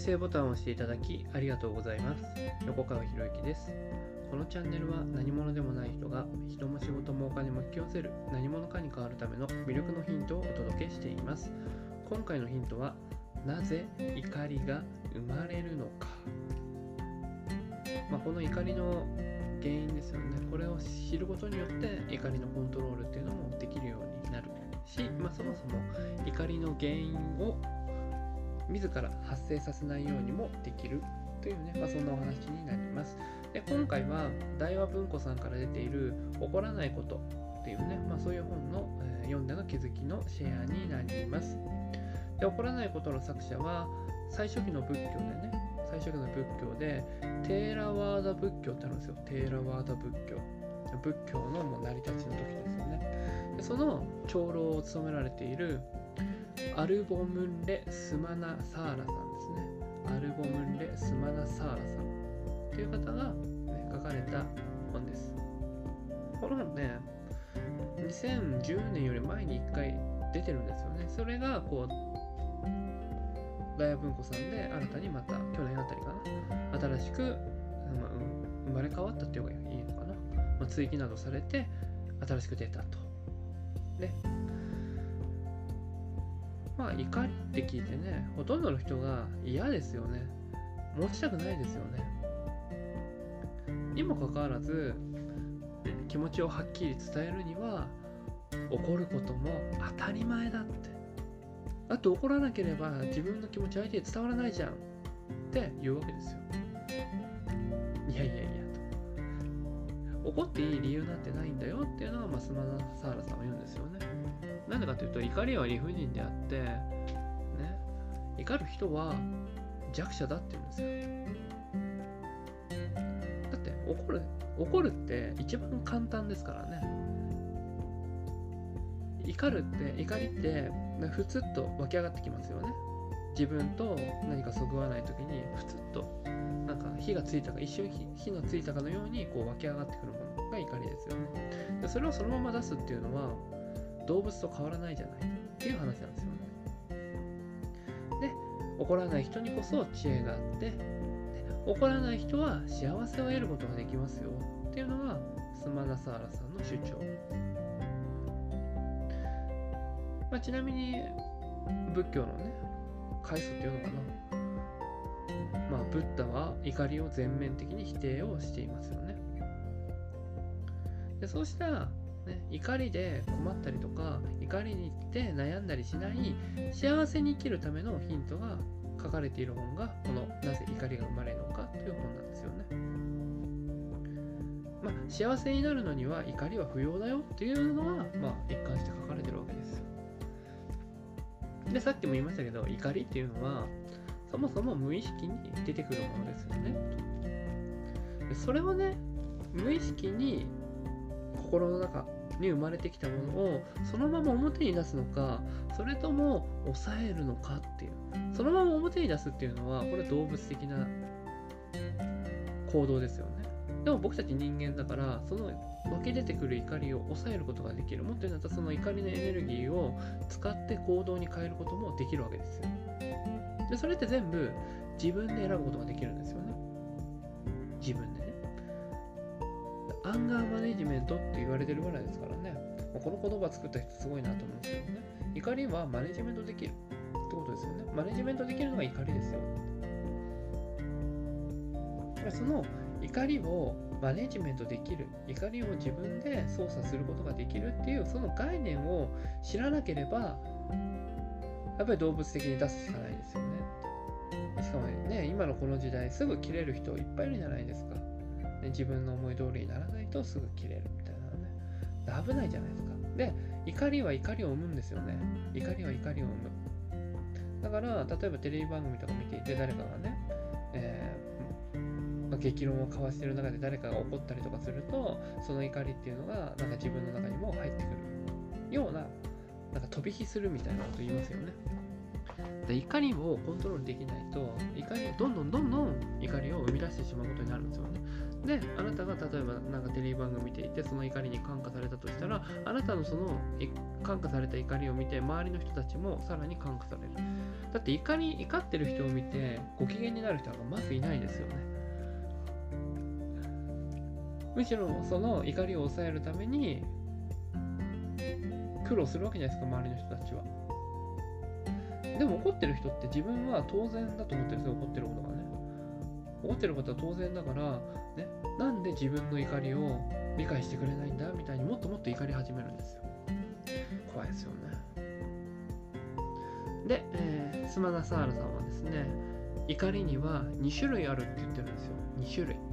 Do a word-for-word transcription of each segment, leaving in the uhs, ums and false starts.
生ボタンを押していただきありがとうございます。横川博之です。このチャンネルは何者でもない人が人も仕事もお金も引き寄せる何者かに変わるための魅力のヒントをお届けしています。今回のヒントは、なぜ怒りが生まれるのか。まあ、この怒りの原因ですよね。これを知ることによって怒りのコントロールっていうのもできるようになるし、まあ、そもそも怒りの原因を自ら発生させないようにもできるというね、まあ、そんなお話になります。で、今回は大和文庫さんから出ている怒らないことっていうね、まあ、そういう本の、えー、読んでの気づきのシェアになります。で、怒らないことの作者は最初期の仏教でね、最初期の仏教でテーラワーダ仏教ってあるんですよ。テーラワーダ仏教。仏教のもう成り立ちの時ですよね。で、その長老を務められているアルボムンレ・スマナ・サーラさんですね。アルボムンレ・スマナ・サーラさんという方が、ね、書かれた本です。この本ね、にせんじゅうねんより前にいっかい出てるんですよね。それがこう大和文庫さんで新たにまた去年あたりかな、新しく、まあ、生まれ変わったっていうのがいいのかな、まあ、追記などされて新しく出たと。ね。まあ怒りって聞いてね、ほとんどの人が嫌ですよね。持ちたくないですよね。にもかかわらず気持ちをはっきり伝えるには怒ることも当たり前だって。だって怒らなければ自分の気持ち相手に伝わらないじゃんって言うわけですよ。いやいやいやと。怒っていい理由なんてないんだよっていうのが、まあ、スマナ・サーラさんは言うんですよね。なんでかというと、怒りは理不尽であって、ね、怒る人は弱者だって言うんですよ。だって怒る、怒るって一番簡単ですからね。怒るって、怒りってふつっと湧き上がってきますよね。自分と何かそぐわないときにふつっとなんか火がついたか、一瞬 火, 火のついたかのようにこう湧き上がってくるものが怒りですよね。でそれをそのまま出すっていうのは動物と変わらないじゃないっていう話なんですよね。で、怒らない人にこそ知恵があって、怒らない人は幸せを得ることができますよっていうのがスマナ・サーラさんの主張。まあ、ちなみに仏教のね、開祖っていうのかな、まあ、ブッダは怒りを全面的に否定をしていますよね。で、そうしたね、怒りで困ったりとか怒りに行って悩んだりしない幸せに生きるためのヒントが書かれている本がこのなぜ怒りが生まれるのかという本なんですよね。まあ、幸せになるのには怒りは不要だよっていうのは、まあ、一貫して書かれてるわけですよ。で、さっきも言いましたけど、怒りっていうのはそもそも無意識に出てくるものですよね。でそれをね、無意識に心の中に生まれてきたものをそのまま表に出すのか、それとも抑えるのかっていう、そのまま表に出すっていうのはこれ動物的な行動ですよね。でも僕たち人間だから、その湧き出てくる怒りを抑えることができる。もっと言うと、その怒りのエネルギーを使って行動に変えることもできるわけですよ。で、それって全部自分で選ぶことができるんですよね。自分でね。アンガーマネジメントって言われてるぐらいですからね。この言葉作った人すごいなと思うんですけどね。怒りはマネジメントできるってことですよね。マネジメントできるのが怒りですよ。その怒りをマネジメントできる、怒りを自分で操作することができるっていうその概念を知らなければ、やっぱり動物的に出すしかないですよね。しかもね、今のこの時代すぐ切れる人いっぱいいるじゃないですか。ね、自分の思い通りにならないとすぐ切れるみたいなね。危ないじゃないですか。で、怒りは怒りを生むんですよね。怒りは怒りを生む。だから例えばテレビ番組とか見ていて、誰かがね、えー激論を交わしている中で誰かが怒ったりとかすると、その怒りっていうのがなんか自分の中にも入ってくるような、なんか飛び火するみたいなこと言いますよね。で、怒りをコントロールできないと、怒りどんどんどんどん怒りを生み出してしまうことになるんですよね。 で、あなたが例えばなんかテレビ番組見ていてその怒りに感化されたとしたら、あなたのその感化された怒りを見て周りの人たちもさらに感化される。だって怒り怒ってる人を見てご機嫌になる人はまずいないですよね。むしろその怒りを抑えるために苦労するわけじゃないですか、周りの人たちは。でも怒ってる人って自分は当然だと思ってるんですよ、怒ってることがね。怒ってることは当然だから、ね、なんで自分の怒りを理解してくれないんだみたいにもっともっと怒り始めるんですよ。怖いですよね。で、えー、スマナサールさんはですね、怒りにはに種類あるって言ってるんですよ。に種類。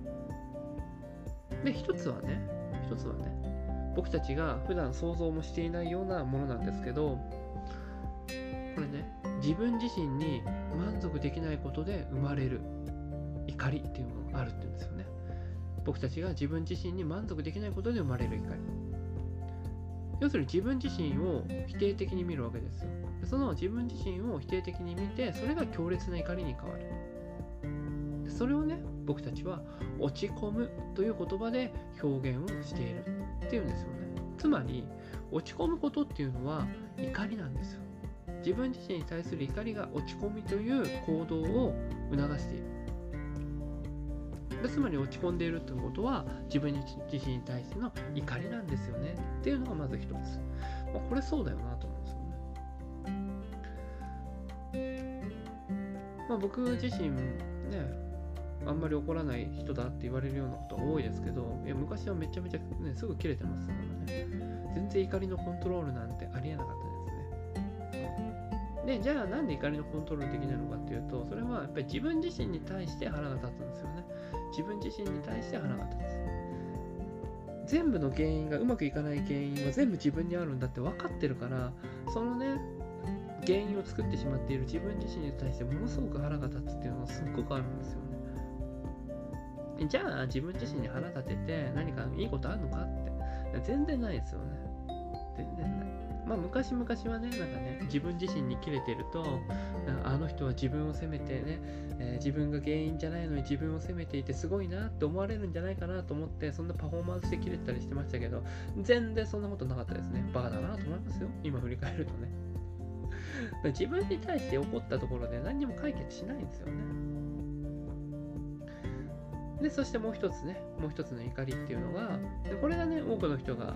で、一つはね、一つはね、僕たちが普段想像もしていないようなものなんですけど、これね、自分自身に満足できないことで生まれる怒りっていうのがあるって言うんですよね。僕たちが自分自身に満足できないことで生まれる怒り。要するに自分自身を否定的に見るわけですよ。その自分自身を否定的に見て、それが強烈な怒りに変わる。それをね、僕たちは落ち込むという言葉で表現をしているっていうんですよね。つまり落ち込むことっていうのは怒りなんですよ。自分自身に対する怒りが落ち込みという行動を促している。でつまり落ち込んでいるということは自分自身に対しての怒りなんですよねっていうのがまず一つ。まあ、これそうだよなと思うんですよね。まあ、僕自身ね、あんまり怒らない人だって言われるようなことが多いですけど、いや昔はめちゃめちゃ、ね、すぐ切れてますからね。全然怒りのコントロールなんてありえなかったですね。で、じゃあなんで怒りのコントロールできないのかっていうと、それはやっぱり自分自身に対して腹が立つんですよね。自分自身に対して腹が立つ。全部の原因がうまくいかない原因は全部自分にあるんだって分かってるから、そのね、原因を作ってしまっている自分自身に対してものすごく腹が立つっていうのがすっごくあるんですよね。じゃあ自分自身に腹立てて何かいいことあるのかって全然ないですよね。全然ない。まあ昔々はね、なんかね、自分自身にキレてると、あの人は自分を責めてね、えー、自分が原因じゃないのに自分を責めていてすごいなって思われるんじゃないかなと思って、そんなパフォーマンスでキレたりしてましたけど、全然そんなことなかったですね。バカだなと思いますよ、今振り返るとね。自分に対して怒ったところで何にも解決しないんですよね。で、そしてもう一つね、もう一つの怒りっていうのが、でこれがね、多くの人が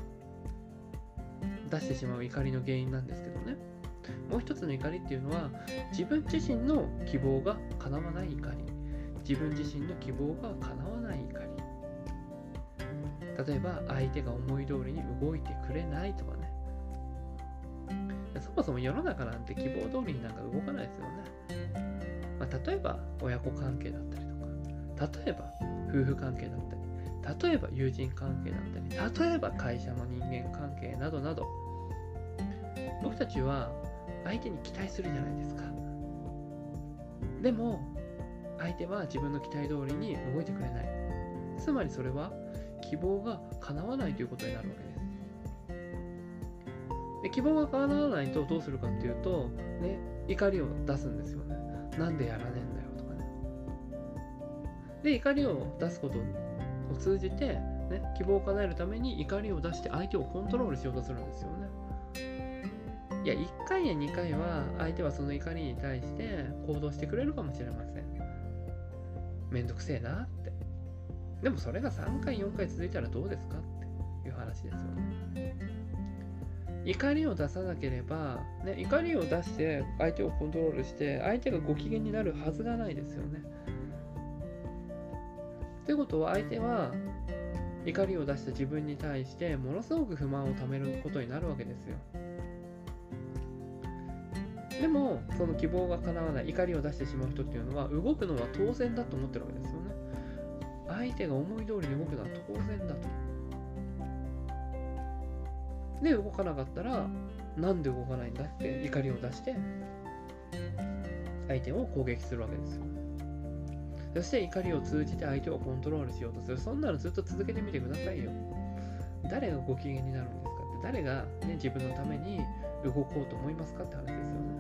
出してしまう怒りの原因なんですけどね。もう一つの怒りっていうのは、自分自身の希望が叶わない怒り。自分自身の希望が叶わない怒り。例えば、相手が思い通りに動いてくれないとかね。そもそも世の中なんて希望通りになんか動かないですよね。まあ、例えば、親子関係だったりとか、例えば、夫婦関係だったり、例えば友人関係だったり、例えば会社の人間関係などなど、僕たちは相手に期待するじゃないですか。でも相手は自分の期待通りに動いてくれない。つまりそれは希望が叶わないということになるわけです。で希望が叶わないとどうするかっていうと、ね、怒りを出すんですよね。なんでやらねえんだよとかね。で怒りを出すことを通じて、ね、希望を叶えるために怒りを出して相手をコントロールしようとするんですよね。いや、いっかいやにかいは相手はその怒りに対して行動してくれるかもしれません。めんどくせえなって。でもそれがさんかいよんかい続いたらどうですかっていう話ですよね。怒りを出さなければ、ね、怒りを出して相手をコントロールして相手がご機嫌になるはずがないですよね。ということは相手は怒りを出した自分に対してものすごく不満をためることになるわけですよ。でもその希望が叶わない怒りを出してしまう人っていうのは動くのは当然だと思ってるわけですよね。相手が思い通りに動くのは当然だと。で動かなかったらなんで動かないんだって怒りを出して相手を攻撃するわけですよ。そして怒りを通じて相手をコントロールしようとする。そんなのずっと続けてみてくださいよ。誰がご機嫌になるんですかって、誰が、ね、自分のために動こうと思いますかって話ですよね。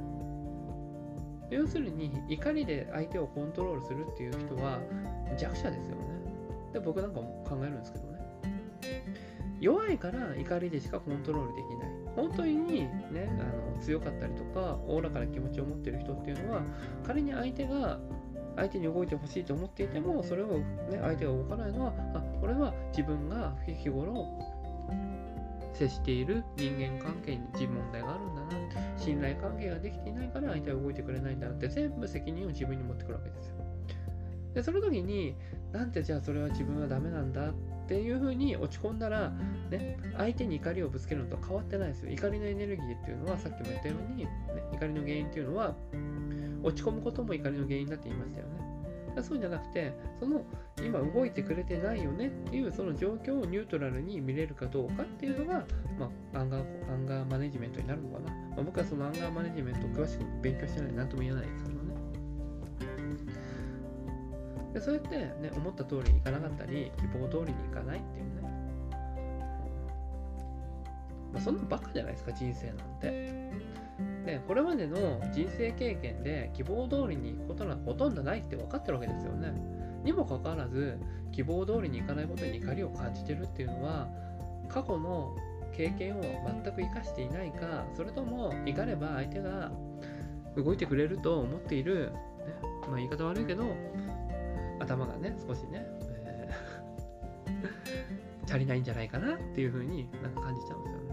要するに怒りで相手をコントロールするっていう人は弱者ですよね。 で僕なんかも考えるんですけどね。弱いから怒りでしかコントロールできない。本当にね、あの強かったりとか、おおらかな気持ちを持っている人っていうのは、仮に相手が相手に動いてほしいと思っていても、それを、ね、相手が動かないのは、あ、これは自分が日頃接している人間関係に問題があるんだな、信頼関係ができていないから相手は動いてくれないんだなって全部責任を自分に持ってくるわけですよ。でその時に、なんてじゃあそれは自分はダメなんだっていう風に落ち込んだら、ね、相手に怒りをぶつけるのと変わってないですよ。怒りのエネルギーっていうのは、さっきも言ったように、ね、怒りの原因っていうのは落ち込むことも怒りの原因だって言いましたよね。そうじゃなくて、その今動いてくれてないよねっていうその状況をニュートラルに見れるかどうかっていうのが、まあ、アンガー、アンガーマネジメントになるのかな。まあ、僕はそのアンガーマネジメントを詳しく勉強してないので何とも言えないですけどね。でそうやってね、思った通りにいかなかったり、希望通りにいかないっていうね。まあ、そんなバカじゃないですか、人生なんて。でこれまでの人生経験で希望通りに行くことなんかほとんどないって分かってるわけですよね。にもかかわらず希望通りにいかないことに怒りを感じてるっていうのは、過去の経験を全く生かしていないか、それとも怒れば相手が動いてくれると思っている、ね、まあ言い方悪いけど頭がね少しね、えー、足りないんじゃないかなっていう風になんか感じちゃうんですよね。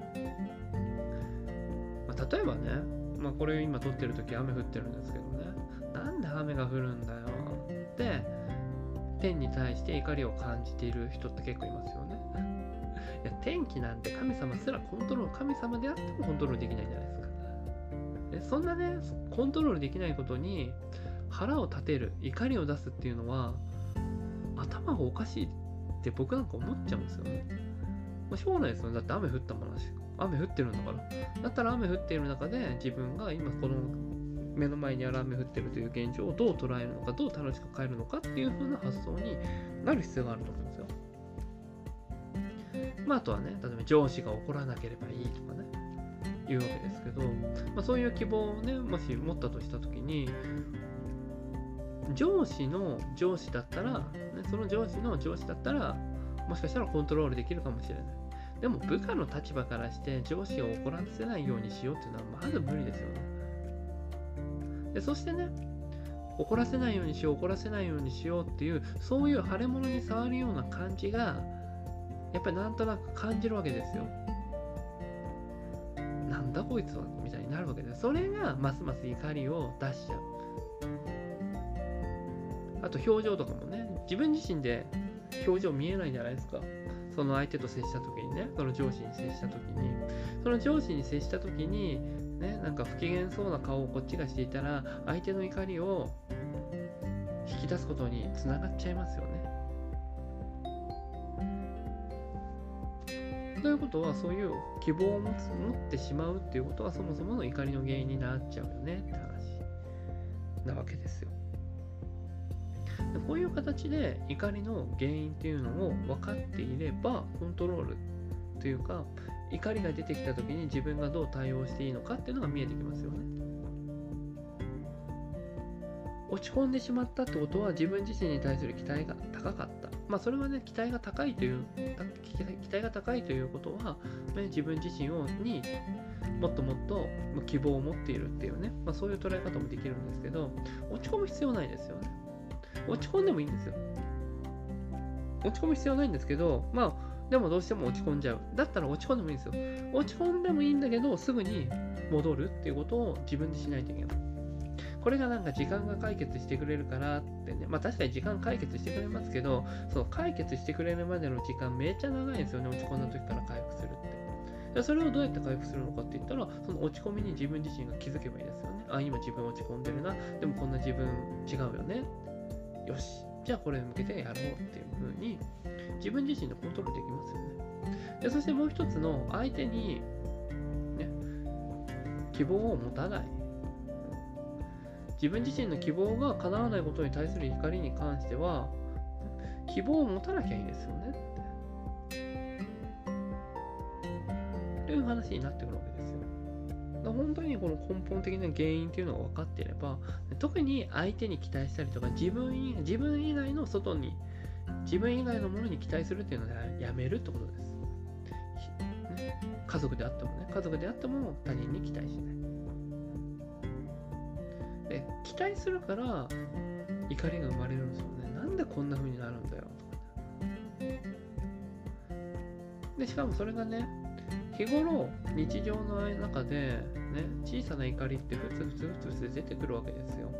例えばね、まあ、これ今撮ってる時雨降ってるんですけどね、なんで雨が降るんだよって天に対して怒りを感じている人って結構いますよね。いや天気なんて神様すらコントロール、神様であってもコントロールできないじゃないですか。でそんなねコントロールできないことに腹を立てる、怒りを出すっていうのは頭がおかしいって僕なんか思っちゃうんですよね。まあ、しょうがないですよね。だって雨降ったものだし、雨降ってるんだから。だったら雨降っている中で自分が今この目の前にある雨降ってるという現状をどう捉えるのか、どう楽しく変えるのかっていう風な発想になる必要があると思うんですよ。まああとはね、例えば上司が怒らなければいいとかね、いうわけですけど、まあ、そういう希望をね、もし持ったとしたときに、上司の上司だったら、ね、その上司の上司だったら、もしかしたらコントロールできるかもしれない。でも部下の立場からして上司を怒らせないようにしようっていうのはまず無理ですよね。でそしてね、怒らせないようにしよう、怒らせないようにしようっていう、そういう腫れ物に触るような感じが、やっぱりなんとなく感じるわけですよ。なんだこいつはみたいになるわけです。それがますます怒りを出しちゃう。あと表情とかもね、自分自身で表情見えないじゃないですか。その相手と接した時にね、その上司に接した時に、その上司に接した時にね、なんか不機嫌そうな顔をこっちがしていたら、相手の怒りを引き出すことにつながっちゃいますよね。ということは、そういう希望を持つ持ってしまうっていうことは、そもそもの怒りの原因になっちゃうよねって話なわけですよ。こういう形で怒りの原因っていうのを分かっていれば、コントロールというか、怒りが出てきた時に自分がどう対応していいのかっていうのが見えてきますよね。落ち込んでしまったってことは、自分自身に対する期待が高かった。まあそれはね、期待が高いという期待が高いということは、ね、自分自身をにもっともっと希望を持っているっていうね、まあ、そういう捉え方もできるんですけど、落ち込む必要ないですよね。落ち込んでもいいんですよ。落ち込む必要ないんですけど、まあでもどうしても落ち込んじゃう。だったら落ち込んでもいいんですよ。落ち込んでもいいんだけど、すぐに戻るっていうことを自分でしないといけない。これがなんか時間が解決してくれるからってね、まあ確かに時間解決してくれますけど、その解決してくれるまでの時間めっちゃ長いんですよね、落ち込んだ時から回復するって。でそれをどうやって回復するのかって言ったら、その落ち込みに自分自身が気づけばいいですよね。あ、今自分落ち込んでるな。でもこんな自分違うよね。よし。じゃあこれに向けてやろうっていう風に自分自身でコントロールできますよね。でそしてもう一つの相手に、ね、希望を持たない。自分自身の希望が叶わないことに対する怒りに関しては、希望を持たなきゃいいですよねってという話になってくるわけですよ。だから本当にこの根本的な原因っていうのが分かっていれば、特に相手に期待したりとか、自分以自分以外の外に自分以外のものに期待するっていうのはやめるってことです、ね、家族であってもね家族であっても他人に期待しないで、期待するから怒りが生まれるんですよね。なんでこんな風になるんだよとかね。でしかもそれがね、日頃日常の中でね、小さな怒りってふつふつふつふつ出てくるわけですよ。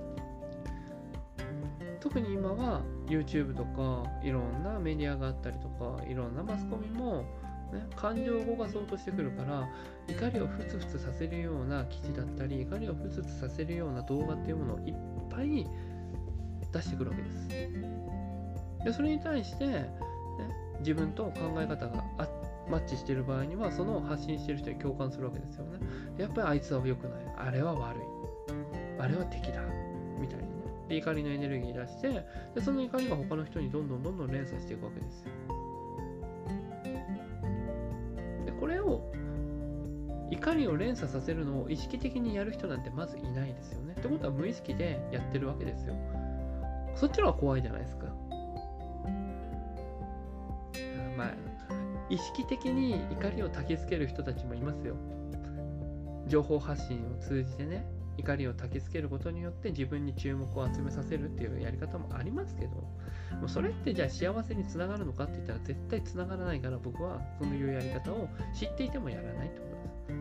特に今は YouTube とかいろんなメディアがあったりとかいろんなマスコミも、ね、感情を動かそうとしてくるから怒りをふつふつさせるような記事だったり怒りをふつふつさせるような動画っていうものをいっぱい出してくるわけです。でそれに対して、ね、自分と考え方があマッチしている場合にはその発信している人に共感するわけですよね。やっぱりあいつは良くない、あれは悪い、あれは敵だみたいにね、で怒りのエネルギー出して、でその怒りが他の人にどんどんどんどん連鎖していくわけですよ。でこれを怒りを連鎖させるのを意識的にやる人なんてまずいないですよね。ってことは無意識でやってるわけですよ。そっちの方が怖いじゃないですか。まあ意識的に怒りを焚きつける人たちもいますよ。情報発信を通じてね、怒りを焚きつけることによって自分に注目を集めさせるっていうやり方もありますけど、もうそれってじゃあ幸せにつながるのかって言ったら絶対つながらないから、僕はそういうやり方を知っていてもやらないってことです。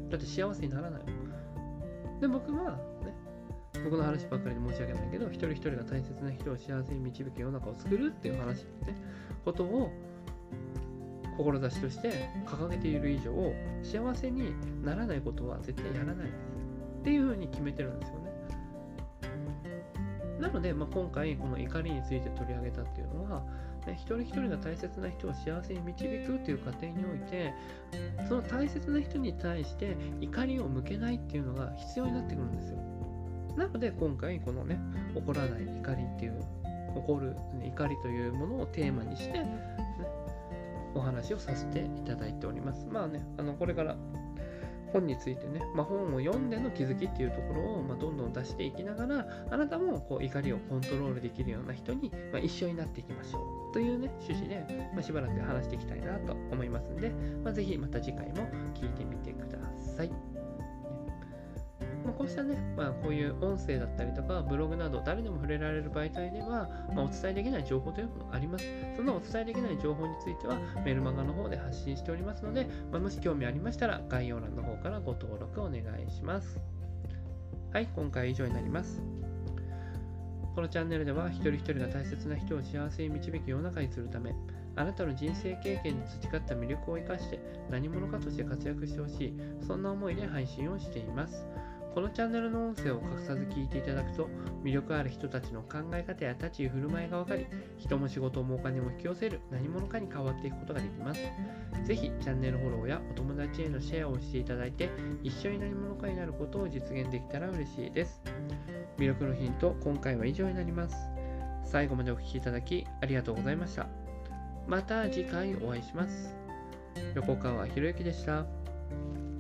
だって幸せにならないもん。で、僕はね、僕の話ばっかりで申し訳ないけど、一人一人が大切な人を幸せに導く世の中を作るっていう話ってね、ことを志として掲げている以上、幸せにならないことは絶対やらないですっていうふうに決めてるんですよね。なので、まあ、今回この怒りについて取り上げたっていうのは、ね、一人一人が大切な人を幸せに導くっていう過程において、その大切な人に対して怒りを向けないっていうのが必要になってくるんですよ。なので今回このね、怒らない怒りっていう怒る、ね、怒りというものをテーマにして、ね、お話をさせていただいております。まあね、あのこれから本についてね、まあ、本を読んでの気づきっていうところを、まあ、どんどん出していきながら、あなたもこう怒りをコントロールできるような人に、まあ、一緒になっていきましょうというね趣旨で、まあ、しばらく話していきたいなと思いますので、まあ、ぜひまた次回も聞いてみてください。まあ、こうしたね、まあ、こういう音声だったりとかブログなど誰でも触れられる媒体では、まあ、お伝えできない情報というものがあります。そのお伝えできない情報についてはメルマガの方で発信しておりますので、まあ、もし興味ありましたら概要欄の方からご登録お願いします。はい、今回は以上になります。このチャンネルでは一人一人が大切な人を幸せに導き世の中にするため、あなたの人生経験に培った魅力を生かして何者かとして活躍してほしい、そんな思いで配信をしています。このチャンネルの音声を隠さず聞いていただくと、魅力ある人たちの考え方や立ち居振る舞いが分かり、人も仕事もお金も引き寄せる何者かに変わっていくことができます。ぜひチャンネルフォローやお友達へのシェアをしていただいて、一緒に何者かになることを実現できたら嬉しいです。魅力のヒント、今回は以上になります。最後までお聞きいただきありがとうございました。また次回お会いします。横川博之でした。